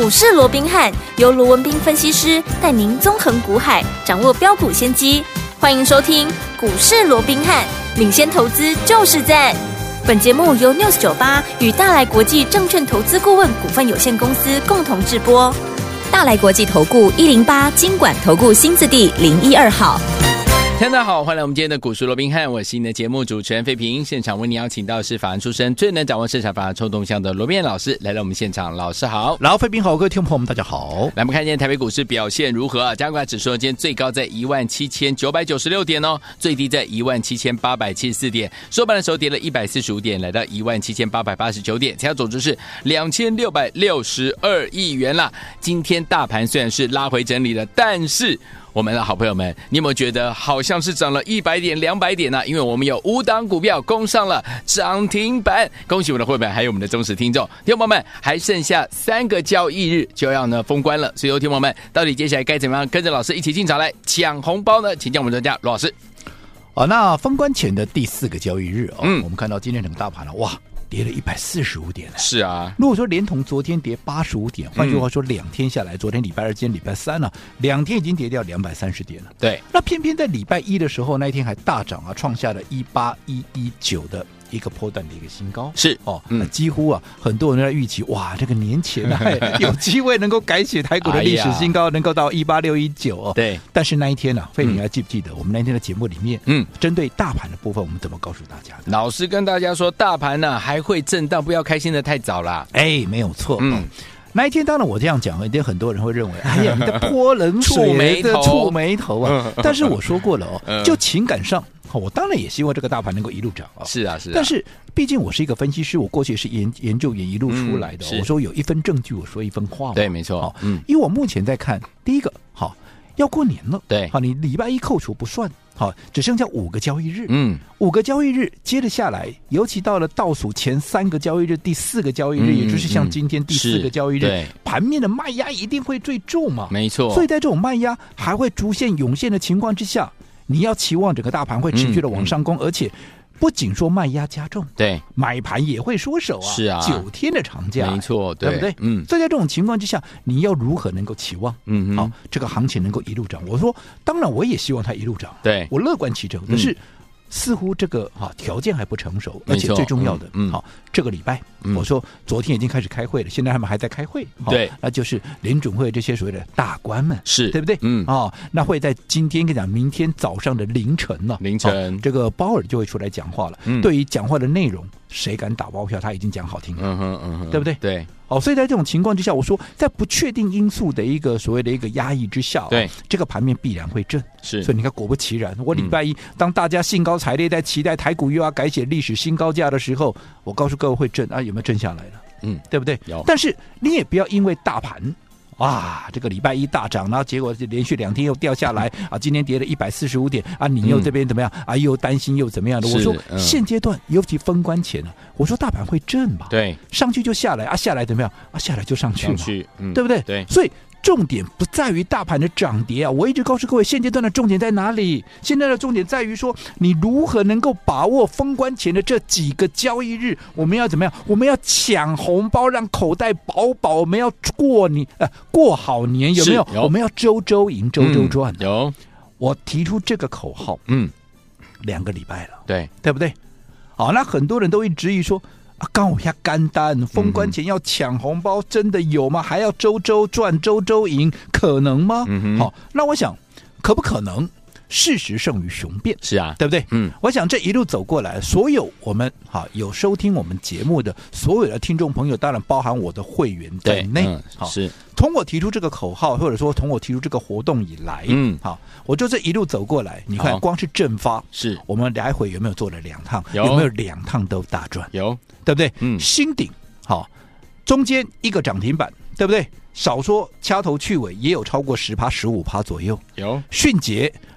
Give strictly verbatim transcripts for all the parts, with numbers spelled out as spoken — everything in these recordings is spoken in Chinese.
市罗宾汉由罗文彬分析师带您纵横股海，掌握标股先机。欢迎收听股市罗宾汉，领先投资就是赞。本节目由 News 九十八与大来国际证券投资顾问股份有限公司共同制播。大来国际投顾一零八金管投顾新字第零一二号。 大家好，欢迎来我们今天的股市罗宾汉，我是你的节目主持人费平。现场为你邀请到是法案出身、最能掌握市场法案臭动向的罗宾汉老师来到我们现场。老师好。 老费平好，各位听众朋友们大家好。 来，我们看今天台北股市表现如何啊？加权指数今天最高在一万七千九百九十六点哦，最低在一万七千八百七十四点，收盘的时候跌了一百四十五点，来到一万七千八百八十九点，成交总值是两千六百六十二亿元啦。今天大盘虽然是拉回整理了，但是我们的好朋友们，你有没有觉得好像是涨了一百点、两百点呢、啊？因为我们有五档股票攻上了涨停板，恭喜我们的会员还有我们的忠实听众。听众朋友们，还剩下三个交易日就要呢封关了，所以听众朋友们，到底接下来该怎么样跟着老师一起进场来抢红包呢？请教我们专家罗老师。 哦，那封关前的第四个交易日哦， 嗯、 我们看到今天整个大盘了，哇，跌了一百四十五点。 是啊， 如果说连同昨天跌八十五点，换句话说，两天下来，昨天礼拜二，今天礼拜三了，两天已经跌掉两百三十点了。 对， 那偏偏在礼拜一的时候，那一天还大涨啊，创下了一八一一九的一个波段的一个新高。 是哦， 嗯、 那几乎啊，很多人都在预期，哇，这个年前啊，有机会能够改写台股的历史新高，哎、能够到一八六一九哦。 对， 但是那一天呢、啊，费你还记不记得、嗯、我们那天的节目里面，嗯，针对大盘的部分，我们怎么告诉大家的？ 老师跟大家说，大盘呢、啊、还会震荡，不要开心的太早啦。 哎，没有错，嗯。那一天，当然我这样讲，一定很多人会认为，哎呀，你的泼冷水， 触眉头， 触眉头啊！但是我说过了哦，就情感上，我当然也希望这个大盘能够一路涨啊。 是啊，是啊。 但是毕竟我是一个分析师，我过去是研研究员一路出来的、嗯，我说有一分证据，我说一分话嘛。 对，没错。 嗯，因为我目前在看，第一个，好，要过年了， 对， 好，你礼拜一扣除不算。好，只剩下五个交易日， 嗯， 五个交易日接着下来，尤其到了倒数前三个交易日，第四个交易日，嗯、也就是像今天第四个交易日， 对， 盘面的卖压一定会最重嘛， 没错。 所以在这种卖压还会逐渐涌现的情况之下，你要期望整个大盘会持续的往上攻，嗯嗯、而且不仅说卖压加重， 对， 买盘也会缩手啊， 是啊， 九天的长假， 没错，对， 对不对？嗯，所以在这种情况之下，你要如何能够期望，嗯，好，这个行情能够一路涨？我说，当然我也希望它一路涨， 对， 我乐观其成，可是。嗯似乎这个哈、啊、条件还不成熟，而且最重要的，嗯，好、嗯，这个礼拜、嗯、我说昨天已经开始开会了，现在他们还在开会， 对， 那就是联准会这些所谓的大官们， 是对不对？嗯，哦，那会在今天跟讲，明天早上的凌晨呢、啊， 凌晨、 哦，这个鲍尔就会出来讲话了。嗯，对于讲话的内容，谁敢打包票？他已经讲好听了， 嗯哼嗯哼， 对不对？ 对。 哦，所以在这种情况之下，我说在不确定因素的一个所谓的一个压抑之下、哦， 对这个盘面必然会震。 是， 所以你看，果不其然，我礼拜一、嗯、当大家兴高采烈在期待台股又要改写历史新高价的时候，我告诉各位会震啊，有没有震下来了？ 嗯， 对不对？ 有。 但是你也不要因为大盘。哇，这个礼拜一大涨，然后结果连续两天又掉下来啊！今天跌了一百四十五点啊！你又这边怎么样、嗯、啊？又担心又怎么样的？我说、嗯、现阶段尤其封关前呢、啊，我说大盘会震吧？ 对， 上去就下来啊，下来怎么样啊？下来就上去嘛， 上去，嗯、 对不对？ 对， 所以。重点不在于大盘的涨跌啊！我一直告诉各位，现阶段的重点在哪里？现在的重点在于说，你如何能够把握封关前的这几个交易日？我们要怎么样？我们要抢红包，让口袋饱饱。我们要过年，呃，过好年，有没有？ 有我们要周周赢，周周赚、 嗯。有， 我提出这个口号，嗯，两个礼拜了， 对， 对不对？好，那很多人都会质疑说。啊，刚我下干单，封关前要抢红包，真的有吗？还要周周赚，周周赢，可能吗？嗯、好，那我想，可不可能？事实胜于雄辩， 是啊， 对不对？ 嗯， 我想这一路走过来，所有我们好有收听我们节目的所有的听众朋友，当然包含我的会员在内， 嗯、好，是从我提出这个口号，或者说从我提出这个活动以来，嗯，好，我就这一路走过来，你看，光是正发， 是我们来回有没有做了两趟？ 有， 有没有两趟都大赚？ 有， 对不对？ 嗯， 新鼎好，中间一个涨停板，对不对？少说掐头去尾也有超过十趴、十五趴左右。 有迅捷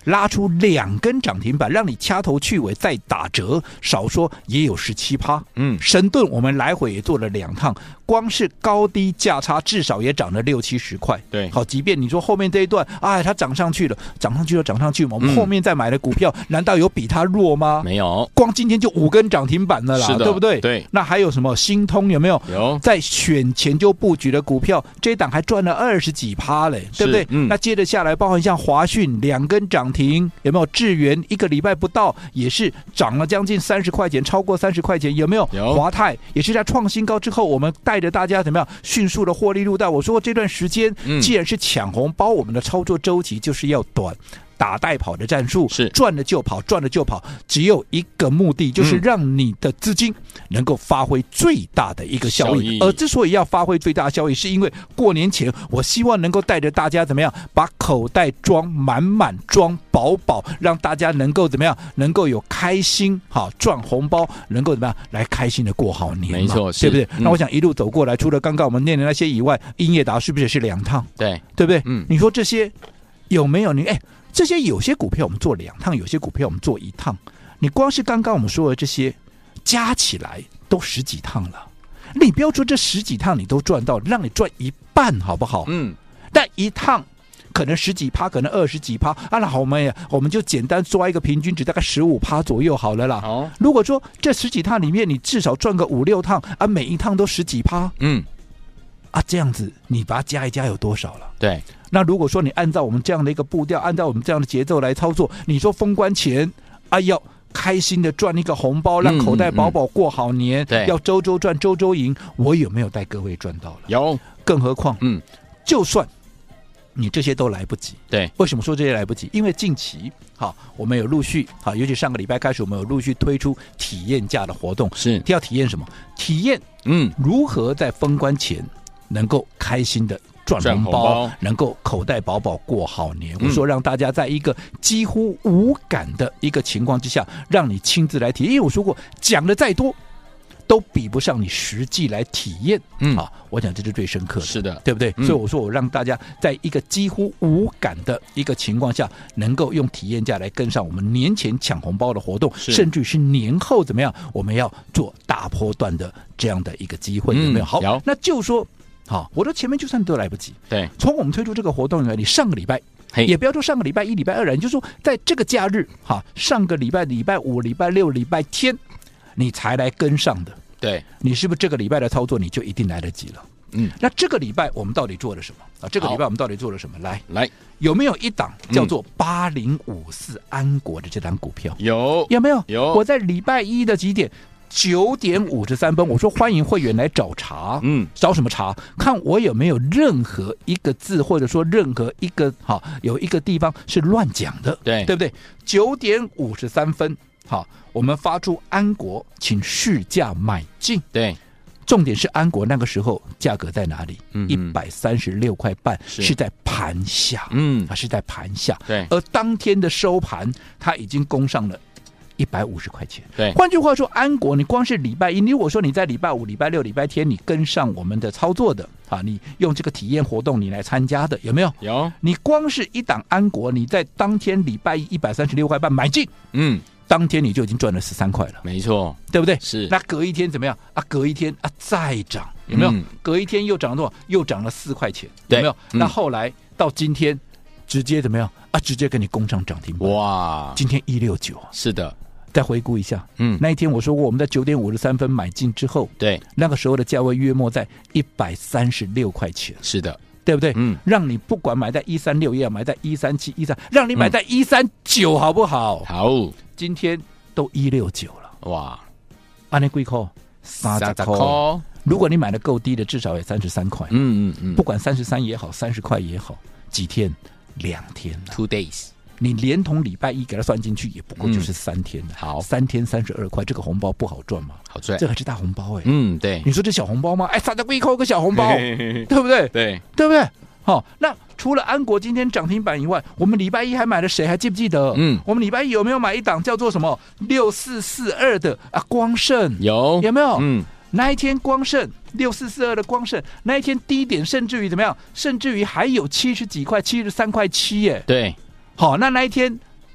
拉出两根涨停板，让你掐头去尾再打折，少说也有 百分之十七。 嗯， 神盾我们来回也做了两趟，光是高低价差至少也涨了六七十块。 对， 好，即便你说后面这一段，哎，它涨上去了，涨上去了，涨上去嘛，我们后面再买的股票，嗯、难道有比它弱吗？ 没有， 光今天就五根涨停板了啦，对不对？ 对， 那还有什么新通有没有？ 有， 在选前就布局的股票，这一档还赚了二十几趴嘞，对不对？嗯、那接着下来，包含像华讯两根涨停，有没有？智原一个礼拜不到也是涨了将近三十块钱，超过三十块钱，有没有？ 有。 华泰也是在创新高之后，我们带着大家怎么样迅速的获利入袋。我说这段时间， 嗯、 既然是抢红包，我们的操作周期就是要短。打带跑的战术是赚了就跑，赚了就跑，只有一个目的，就是让你的资金能够发挥最大的一个效益。而之所以要发挥最大的效益，是因为过年前我希望能够带着大家怎么样，把口袋装满满，装饱饱，让大家能够怎么样，能够有开心好赚红包，能够怎么样来开心的过好年嘛， 没错， 对不对？嗯、那我想一路走过来，除了刚刚我们念的那些以外，英业达是不是也是两趟？ 对， 对不对？ 嗯， 你说这些有没有你哎？这些有些股票我们做两趟，有些股票我们做一趟。你光是刚刚我们说的这些，加起来都十几趟了。你不要说这十几趟你都赚到，让你赚一半好不好？ 嗯， 但一趟可能十几趴，可能二十几趴啊，那好，我们我们就简单抓一个平均值，大概十五趴左右好了啦。 哦， 如果说这十几趟里面你至少赚个五六趟啊，每一趟都十几趴， 嗯， 啊，这样子你把它加一加有多少了？ 对。 那如果说你按照我们这样的一个步调，按照我们这样的节奏来操作，你说封关前啊要开心的赚一个红包，让口袋饱饱过好年， 嗯嗯、 要周周赚周周赢，我有没有带各位赚到了？ 有， 更何况， 嗯， 就算你这些都来不及， 对， 为什么说这些来不及？因为近期好，我们有陆续好，尤其上个礼拜开始，我们有陆续推出体验价的活动， 是要体验什么？体验嗯如何在封关前能够开心的赚红 包, 红包能够口袋饱饱过好年、嗯、我说让大家在一个几乎无感的一个情况之下，让你亲自来体验，因为我说过讲的再多都比不上你实际来体验、嗯、啊，我讲这是最深刻的， 是的， 对不对、嗯、所以我说我让大家在一个几乎无感的一个情况下，能够用体验价来跟上我们年前抢红包的活动，甚至是年后怎么样，我们要做大波段的这样的一个机会、嗯、有没有？好，那就说好，我的前面就算都来不及。对，从我们推出这个活动以来，你上个礼拜，也不要说上个礼拜一、礼拜二了，你就说在这个假日，哈，上个礼拜礼拜五、礼拜六、礼拜天，你才来跟上的。对，你是不是这个礼拜的操作你就一定来得及了？嗯，那这个礼拜我们到底做了什么啊？这个礼拜我们到底做了什么？来来，有没有一档叫做八零五四安国的这档股票？有，有没有？有。我在礼拜一的几点？九点五十三分，我说欢迎会员来找茬，嗯，找什么茬？看我有没有任何一个字，或者说任何一个好有一个地方是乱讲的，对对不对？九点五十三分，好，我们发出安国，请市价买进，对。重点是安国那个时候价格在哪里？一百三十六块半，是在盘下，嗯，它是在盘下，对。而当天的收盘，它已经攻上了一百五十块钱，对。换句话说，安国你光是礼拜一，如果说你在礼拜五、礼拜六、礼拜天你跟上我们的操作的啊，你用这个体验活动你来参加的，有没有？有。你光是一档安国，你在当天礼拜一一百三十六块半买进，嗯。当天你就已经赚了十三块了，没错，对不对？是。那隔一天怎么样啊？隔一天啊再涨，有没有？嗯、隔一天又涨了多少？又涨了四块钱，有没有？嗯、那后来到今天，直接怎么样啊？直接给你攻上涨停板，哇！今天一六九，是的。再回顾一下，嗯，那一天我说过，我们在九点五十三分买进之后，对，那个时候的价位约莫在一百三十六块钱，是的。对不对？嗯，让你不管买在一三六，也要买在一三七、一三，让你买在一三九，好不好？好，今天都一六九了，哇！按那贵扣三十块，如果你买的够低的，至少也三十三块。嗯嗯嗯，不管三十三也好，三十块也好，几天？两天了 ，two days。你连同礼拜一给它算进去，也不过就是三天了。嗯、好，三天三十二块，这个红包不好赚吗？好赚，这还是大红包哎、欸。嗯，对。你说这小红包吗？哎，三十贵扣个小红包，嘿嘿嘿对不对？对，对不对？好、哦，那除了安国今天涨停板以外，我们礼拜一还买了谁？还记不记得？嗯，我们礼拜一有没有买一档叫做什么六四四二的啊？光盛有有没有？嗯，那一天光盛六四四二的光盛，那一天低点甚至于怎么样？甚至于还有七十几块，七十三块七耶。对。好，那那一天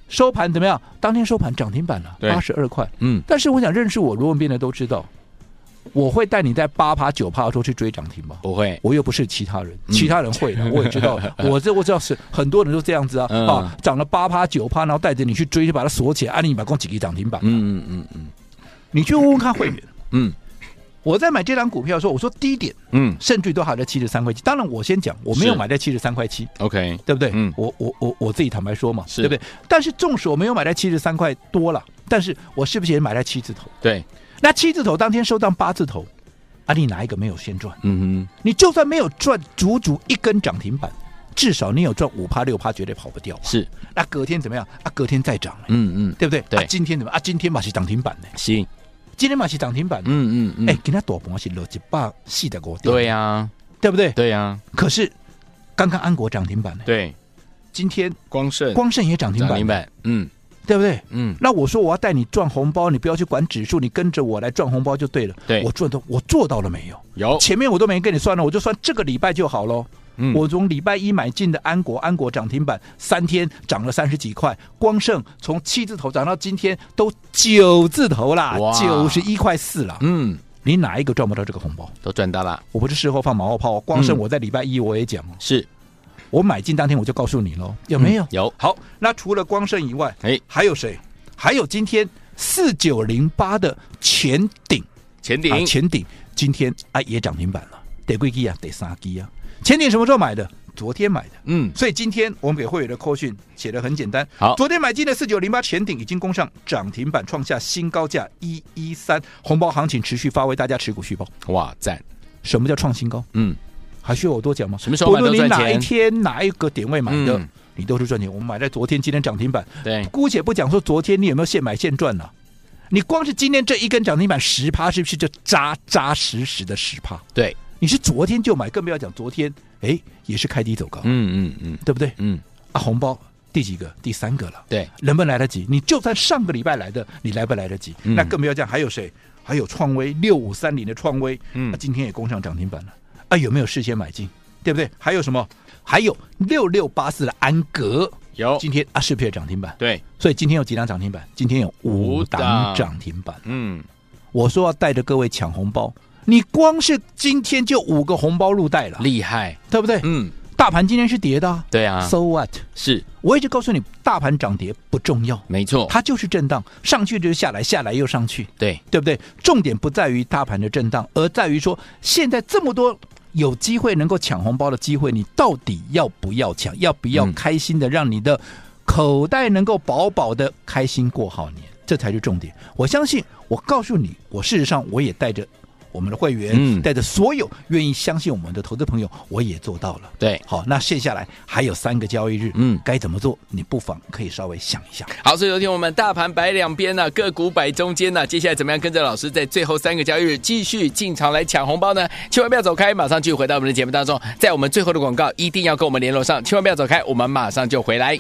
收盘怎么样？当天收盘涨停板了，八十二块。 嗯， 但是我想认识我罗文彬的都知道，我会带你在八趴九趴的时候去追涨停吗？ 不会， 我又不是其他人，嗯、其他人会的，我也知道，我这我知道是很多人都这样子啊，嗯、啊，涨了八趴九趴，然后带着你去追，就把它锁起来，按你把光几个涨停板。 嗯嗯嗯嗯， 你去问问看会员， 嗯。 我在买这张股票的时候，我说低点，嗯，甚至都还在七十三块七。当然，我先讲，我没有买在七十三块七 ，OK， 对不对？ 嗯， 我我我我自己坦白说嘛，对不对？但是纵使我没有买在七十三块多了，但是我是不是也买在七字头？ 对， 那七字头当天收到八字头，啊，你哪一个没有先赚？ 嗯哼， 你就算没有赚足足一根涨停板，至少你有赚五趴六趴，绝对跑不掉。 是， 那隔天怎么样？啊，隔天再涨， 嗯嗯， 对不对？ 对， 啊、今天怎么啊？今天嘛是涨停板呢？ 是。 今天嘛是涨停板， 嗯嗯嗯， 哎，今天大盘是落一百四十五点， 对呀、啊， 对不对？ 对呀、啊。 可是刚刚安国涨停板呢， 对， 今天光盛光盛也涨停板， 涨停板，嗯， 对不对？ 嗯， 那我说我要带你赚红包，你不要去管指数，你跟着我来赚红包就对了。 对， 我做到，我做到了没有？ 有， 前面我都没跟你算了，我就算这个礼拜就好咯。 嗯、 我从礼拜一买进的安国，安国涨停板三天涨了三十几块，光盛从七字头涨到今天都九字头啦，九十一块四啦。 嗯， 你哪一个赚不到这个红包？ 都赚到了。 我不是事后放马后炮，光盛我在礼拜一我也讲、嗯、 是我买进当天我就告诉你咯，有没有？ 嗯、有。 好，那除了光盛以外， 哎， 还有谁？还有今天四九零八的前鼎， 前鼎、 啊，前鼎今天啊也涨停板了，得几支啊？得三支啊。前鼎什么时候买的？昨天买的， 嗯， 所以今天我们给会员的扣讯写得很简单。 好， 昨天买进的四九零八前鼎已经攻上涨停板，创下新高价一一三，红包行情持续发威，大家持股续报。 哇，赞！ 什么叫创新高？嗯，还需要我多讲吗？ 什么时候买都赚钱？ 不论你哪一天哪一个点位买的， 嗯、 你都是赚钱。我们买在昨天，今天涨停板。 对， 姑且不讲说昨天你有没有现买现赚呢、啊？你光是今天这一根涨停板十趴，是不是就扎扎实实的十趴？ 对。 你是昨天就买，更不要讲昨天，哎，也是开低走高， 嗯嗯嗯， 对不对？ 嗯， 啊，红包第几个？第三个了， 对， 能不能来得及？你就算上个礼拜来的，你来不来得及？嗯、那更不要讲还有谁？还有创威六五三零的创威，嗯、啊，今天也攻上涨停板了，啊，有没有事先买进？对不对？还有什么？还有六六八四的安格， 有， 今天啊是不是也涨停板？ 对， 所以今天有几档涨停板？今天有五档涨停板。 嗯， 我说要带着各位抢红包。你光是今天就五个红包入袋了， 厉害， 对不对？ 嗯， 大盘今天是跌的、啊， 对啊 ，So what？ 是， 我一直告诉你，大盘涨跌不重要， 没错， 它就是震荡，上去就下来，下来又上去， 对， 对不对？重点不在于大盘的震荡，而在于说现在这么多有机会能够抢红包的机会，你到底要不要抢？要不要开心的让你的口袋能够饱饱的开心过好年？这才是重点。我相信，我告诉你，我事实上我也带着。我们的会员、嗯、带着所有愿意相信我们的投资朋友，我也做到了。 对， 好，那接下来还有三个交易日， 嗯， 该怎么做？你不妨可以稍微想一想。 好，所以昨天我们大盘摆两边呢、啊，个股摆中间呢、啊，接下来怎么样跟着老师在最后三个交易日继续进场来抢红包呢？千万不要走开，马上继续回到我们的节目当中，在我们最后的广告一定要跟我们联络上，千万不要走开，我们马上就回来。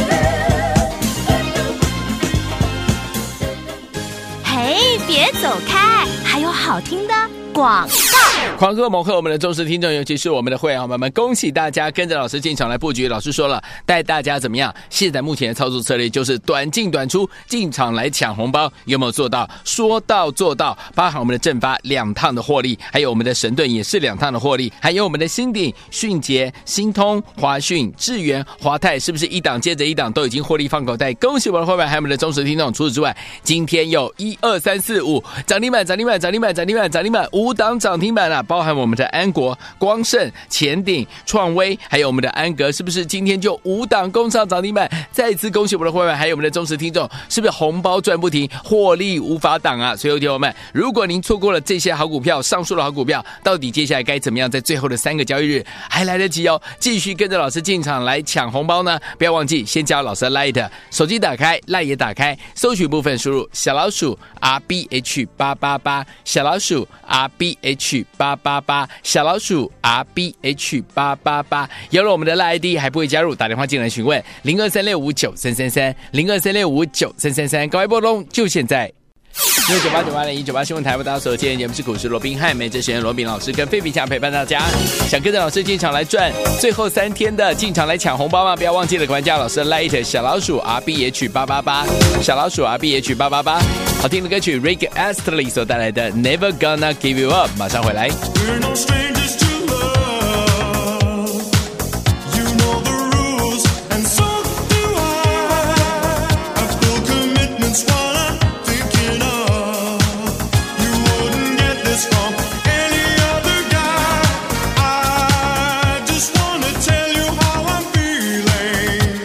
嘿，别走开，还有好听的广告。 狂贺猛贺我们的忠实听众，尤其是我们的会员好朋友们，恭喜大家跟着老师进场来布局。老师说了，带大家怎么样？现在目前的操作策略就是短进短出，进场来抢红包，有没有做到？说到做到，包含我们的正发两趟的获利，还有我们的神盾也是两趟的获利，还有我们的新鼎、迅捷、新通、华讯、智源、华泰，是不是一档接着一档都已经获利放口袋？恭喜我们的会员，还有我们的忠实听众。除此之外，今天有一二三四五涨停板，涨停板，涨停板，涨停板，涨停板，五档涨停板啊！包含我们的安国、光盛、前鼎、创威，还有我们的安格，是不是今天就五档攻上涨停板？再次恭喜我们的会员，还有我们的忠实听众，是不是红包赚不停，获利无法挡啊？所以，听友们，如果您错过了这些好股票，上述的好股票，到底接下来该怎么样在最后的三个交易日还来得及哦？继续跟着老师进场来抢红包呢？不要忘记先加老师的 Light， 手机打开 Light 也打开，搜取部分输入小老鼠 R B H 八八八， 小老鼠 R B H 八八八，小老鼠 R B H 八八八，有了我们的 Line I D 还不会加入，打电话进来询问零二三六五九三三三零二三六五九三三三，高一波动就现在。 六九八九八零一九八新闻台为大家所见，节目是股市罗宾汉，每周时间罗宾老师跟费比强陪伴大家。想跟着老师进场来赚最后三天的进场来抢红包吗？不要忘记了关加老师的 Light 小老鼠 R B H 八八八，小老鼠 R B H 八八八。好听的歌曲 Rick Astley 所带来的 Never Gonna Give You Up， 马上回来。We're no strangers to love. You know the rules, and so do I. I feel commitments while I'm thinking of. You wouldn't get this from any other guy. I just wanna tell you how I'm feeling.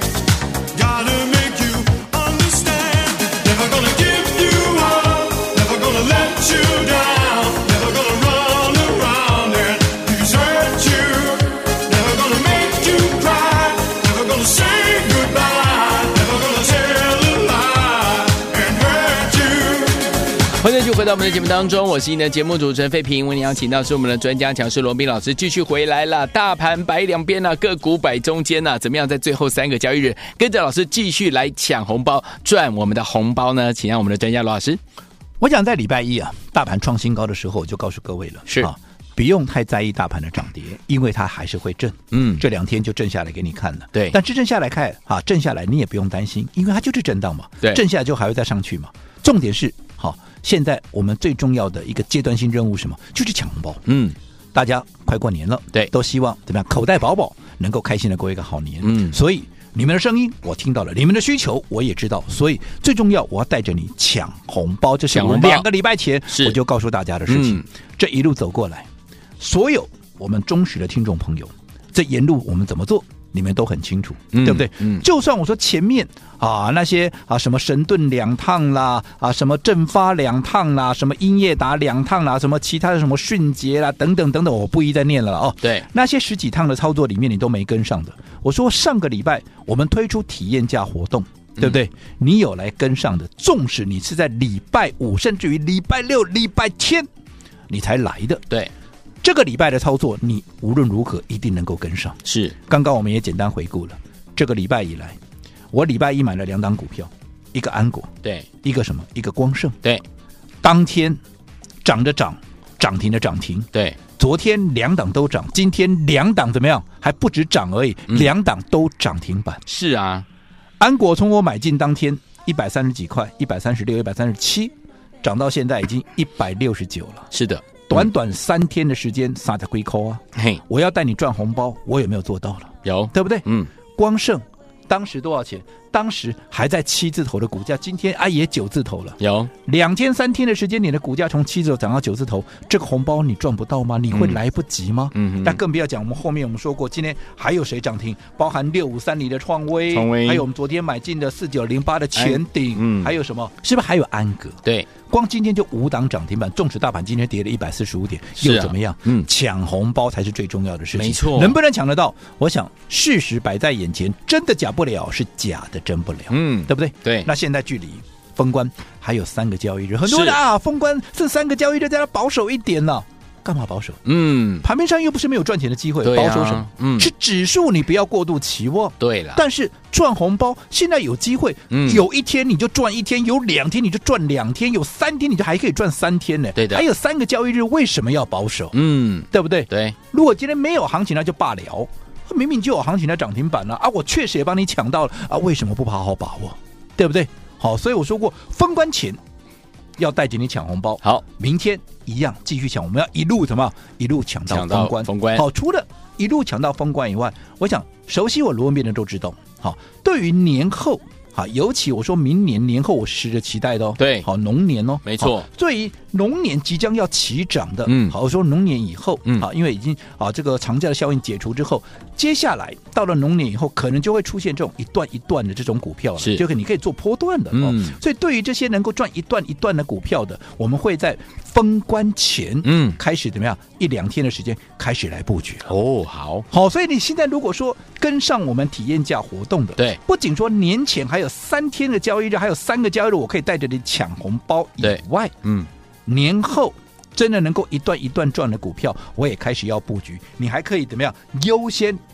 Gotta make you understand. Never gonna give you up. Never gonna let you down. Never gonna run around and desert you. Never gonna make you cry. Never gonna say goodbye. Never gonna tell a lie and hurt you. 欢迎继续回到我们的节目当中，我是你的节目主持人费平，为您邀请到是我们的专家强势罗宾老师继续回来了。大盘摆两边啊，个股摆中间啊，怎么样在最后三个交易日跟着老师继续来抢红包赚我们的红包呢？请让我们的专家罗老师。 我想在礼拜一啊，大盘创新高的时候，我就告诉各位了， 是啊，不用太在意大盘的涨跌，因为它还是会震。 嗯， 这两天就震下来给你看了。 对， 但真正下来看啊，震下来你也不用担心，因为它就是震荡嘛。 对， 震下来就还会再上去嘛。重点是，好，现在我们最重要的一个阶段性任务是什么？就是抢红包。 嗯， 大家快过年了， 对， 都希望怎么样？口袋饱饱，能够开心的过一个好年。 嗯， 所以你们的声音我听到了，你们的需求我也知道，所以最重要，我要带着你抢红包。这是我两个礼拜前我就告诉大家的事情。嗯、这一路走过来，所有我们忠实的听众朋友，这沿路我们怎么做？你们都很清楚，嗯、对不对？嗯，就算我说前面啊那些啊什么神盾两趟啦，啊什么正发两趟啦，什么英业达两趟啦，什么其他的什么迅捷啦等等等等，我不一再念了哦。 对， 那些十几趟的操作里面你都没跟上的，我说上个礼拜我们推出体验价活动，对不对？嗯、你有来跟上的，纵使你是在礼拜五甚至于礼拜六、礼拜天你才来的， 对。 这个礼拜的操作，你无论如何一定能够跟上。 是， 刚刚我们也简单回顾了，这个礼拜以来，我礼拜一买了两档股票，一个安国， 对， 一个什么？一个光盛， 对， 当天涨着涨，涨停的涨停， 对， 昨天两档都涨，今天两档怎么样？还不止涨而已，嗯、两档都涨停板。 是啊， 安国从我买进当天一百三十几块，一百三十六、一百三十七，涨到现在已经一百六十九了。 是的。 短短三天的时间，撒在龟壳啊！嘿，我要带你赚红包，我有没有做到了？ 有， 对不对？ 嗯， 光盛当时多少钱？当时还在七字头的股价，今天啊也九字头了。 有两天三天的时间，你的股价从七字头涨到九字头，这个红包你赚不到吗？你会来不及吗？嗯，但更不要讲，我们后面我们说过，今天还有谁涨停？包含六五三零的创威， 创威， 还有我们昨天买进的四九零八的前鼎，嗯，还有什么？是不是还有安格？ 对。 光今天就五档涨停板，纵使大盘今天跌了一百四十五点，又怎么样？嗯，抢红包才是最重要的事情。 没错， 能不能抢得到？我想事实摆在眼前，真的假不了，是假的真不了。嗯，对不对？ 对。 那现在距离封关还有三个交易日，很多人啊，封关这三个交易日，大家保守一点了。干嘛保守？嗯，盘面上又不是没有赚钱的机会，啊、保守什么？嗯，是指数你不要过度期望。 对了， 但是赚红包现在有机会，嗯，有一天你就赚一天，有两天你就赚两天，有三天你就还可以赚三天呢。 对的， 还有三个交易日，为什么要保守？嗯，对不对？ 对， 如果今天没有行情，那就罢了。明明就有行情的涨停板了啊，我确实也帮你抢到了啊，为什么不好好把握？对不对？好，所以我说过，封关前要带着你抢红包。 好， 明天一样继续抢，我们要一路什么？一路抢到封关。 封关。 好，除了一路抢到封关以外，我想熟悉我罗文辩的都知道。好，对于年后，好，尤其我说明年年后，我是着期待的哦。 对， 好，龙年哦， 没错。 对于龙年即将要起涨的，嗯，好，我说龙年以后，嗯，好，因为已经啊这个长假的效应解除之后，接下来到了龙年以后，可能就会出现这种一段一段的这种股票了， 是， 就你可以做波段的，嗯、哦。所以对于这些能够赚一段一段的股票的，我们会在封关前，嗯，开始怎么样？一两天的时间开始来布局了。 哦，好， 好，所以你现在如果说跟上我们体验价活动的， 对， 不仅说年前还有三天的交易日，还有三个交易日，我可以带着你抢红包以外，嗯，年后真的能够一段一段赚的股票，我也开始要布局。你还可以怎么样？优先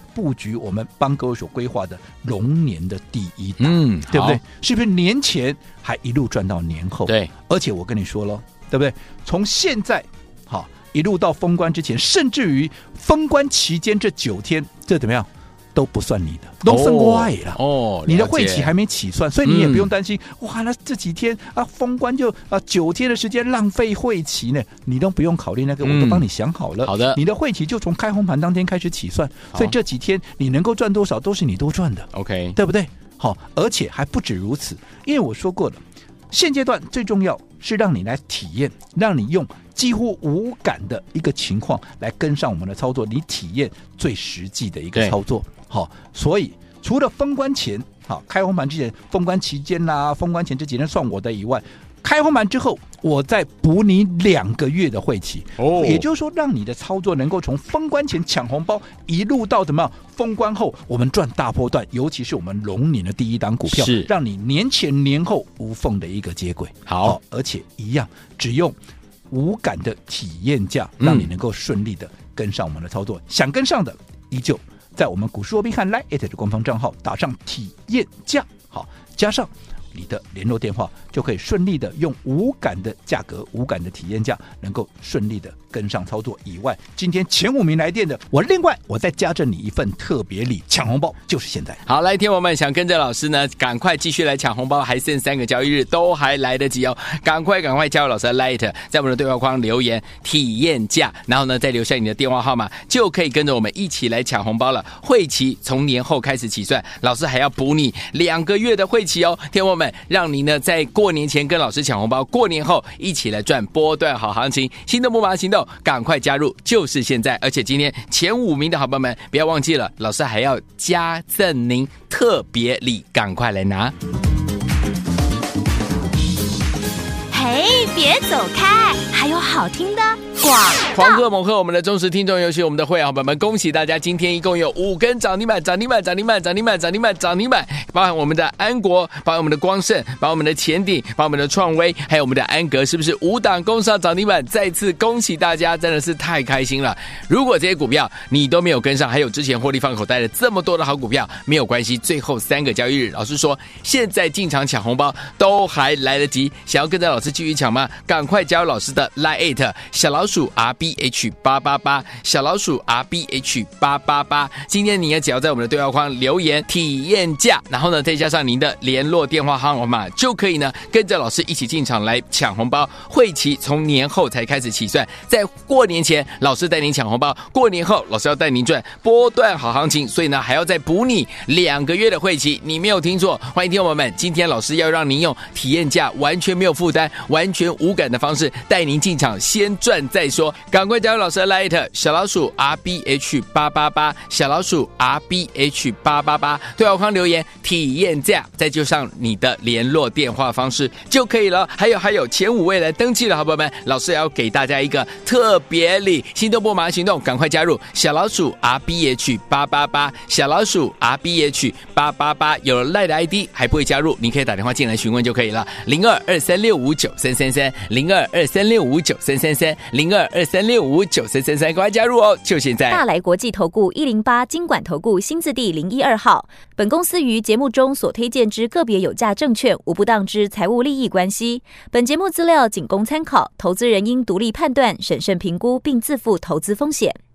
布局我们帮各位所规划的龙年的第一档， 嗯， 对不对好？ 是不是年前还一路赚到年后？ 对， 而且我跟你说了，对不对？从现在好一路到封关之前，甚至于封关期间这九天，这怎么样都不算你的，都算外了哦。 你的会期还没起算，所以你也不用担心、 嗯、 哇，那这几天啊封关就啊九天的时间浪费会期呢，你都不用考虑那个，我都帮你想好了。 嗯、好的， 你的会期就从开红盘当天开始起算，所以这几天你能够赚多少都是你多赚的 ，OK， 对不对？好，而且还不止如此，因为我说过了，现阶段最重要是让你来体验，让你用几乎无感的一个情况来跟上我们的操作，你体验最实际的一个操作。好，所以除了封关前，好开红盘之前、封关期间啦、封关前这几天算我的以外，开红盘之后，我再补你两个月的会期，哦，也就是说，让你的操作能够从封关前抢红包，一路到怎么样？封关后我们赚大波段，尤其是我们龙年的第一档股票， 是让你年前年后无缝的一个接轨。 好， 好，而且一样，只用无感的体验价，让你能够顺利的跟上我们的操作。嗯、想跟上的，依旧在我们股市罗宾汉 Line 的官方账号打上体验价，好，加上你的联络电话，就可以顺利的用无感的价格、无感的体验价，能够顺利的跟上操作。以外，今天前五名来电的，我另外我再加赠你一份特别礼，抢红包就是现在。 好，来，听我们想跟着老师呢，赶快继续来抢红包，还剩三个交易日，都还来得及哦！赶快赶快加入老师的 Light， 在我们的对话框留言体验价，然后呢再留下你的电话号码，就可以跟着我们一起来抢红包了。会期从年后开始起算，老师还要补你两个月的会期哦，听我们，让你呢在过年前跟老师抢红包，过年后一起来赚波段好行情。心动不马上行动，赶快加入，就是现在！而且今天前五名的好朋友们，不要忘记了，老师还要加赠您特别礼，赶快来拿！ 嘿，别走开，还有好听的广告。 狂贺猛贺我们的忠实听众，尤其我们的会员好朋友们，恭喜大家！今天一共有五根涨停板，涨停板，涨停板，涨停板，涨停板，涨停板，包含我们的安国，包含我们的光盛，包含我们的前鼎，包含我们的创威，还有我们的安格，是不是五档攻上涨停板？再次恭喜大家，真的是太开心了！如果这些股票你都没有跟上，还有之前获利放口袋的这么多的好股票，没有关系，最后三个交易日，老师说现在进场抢红包都还来得及。想要跟着老师继续抢吗？赶快加入老师的 Line 小老鼠 R B H 八八八， 小老鼠 R B H 八八八。今天你也只要在我们的对话框留言体验价，然后呢再加上您的联络电话号码，就可以呢跟着老师一起进场来抢红包。会期从年后才开始起算，在过年前老师带您抢红包，过年后老师要带您赚波段好行情，所以呢还要再补你两个月的会期。你没有听错，欢迎听众们，今天老师要让您用体验价，完全没有负担，完全无感的方式带您进场，先赚再说。赶快加入老师的 Light 小老鼠 R B H 八八八， 小老鼠 R B H 八八八， 对话框留言体验价，再就上你的联络电话方式就可以了。还有还有前五位来登记的好朋友们，老师也要给大家一个特别礼，心动不马上行动，赶快加入小老鼠 R B H 八八八， 小老鼠 R B H 八八八。有了 Light 的 I D 还不会加入，你可以打电话进来询问就可以了，零二二三六五九三三三，零二二三六五九三三三，零二二三六五九三三三，赶快加入哦！就现在。 大来国际投顾一零八金管投顾新字第零一二号。本公司于节目中所推荐之个别有价证券，无不当之财务利益关系。本节目资料仅供参考，投资人应独立判断、审慎评估，并自负投资风险。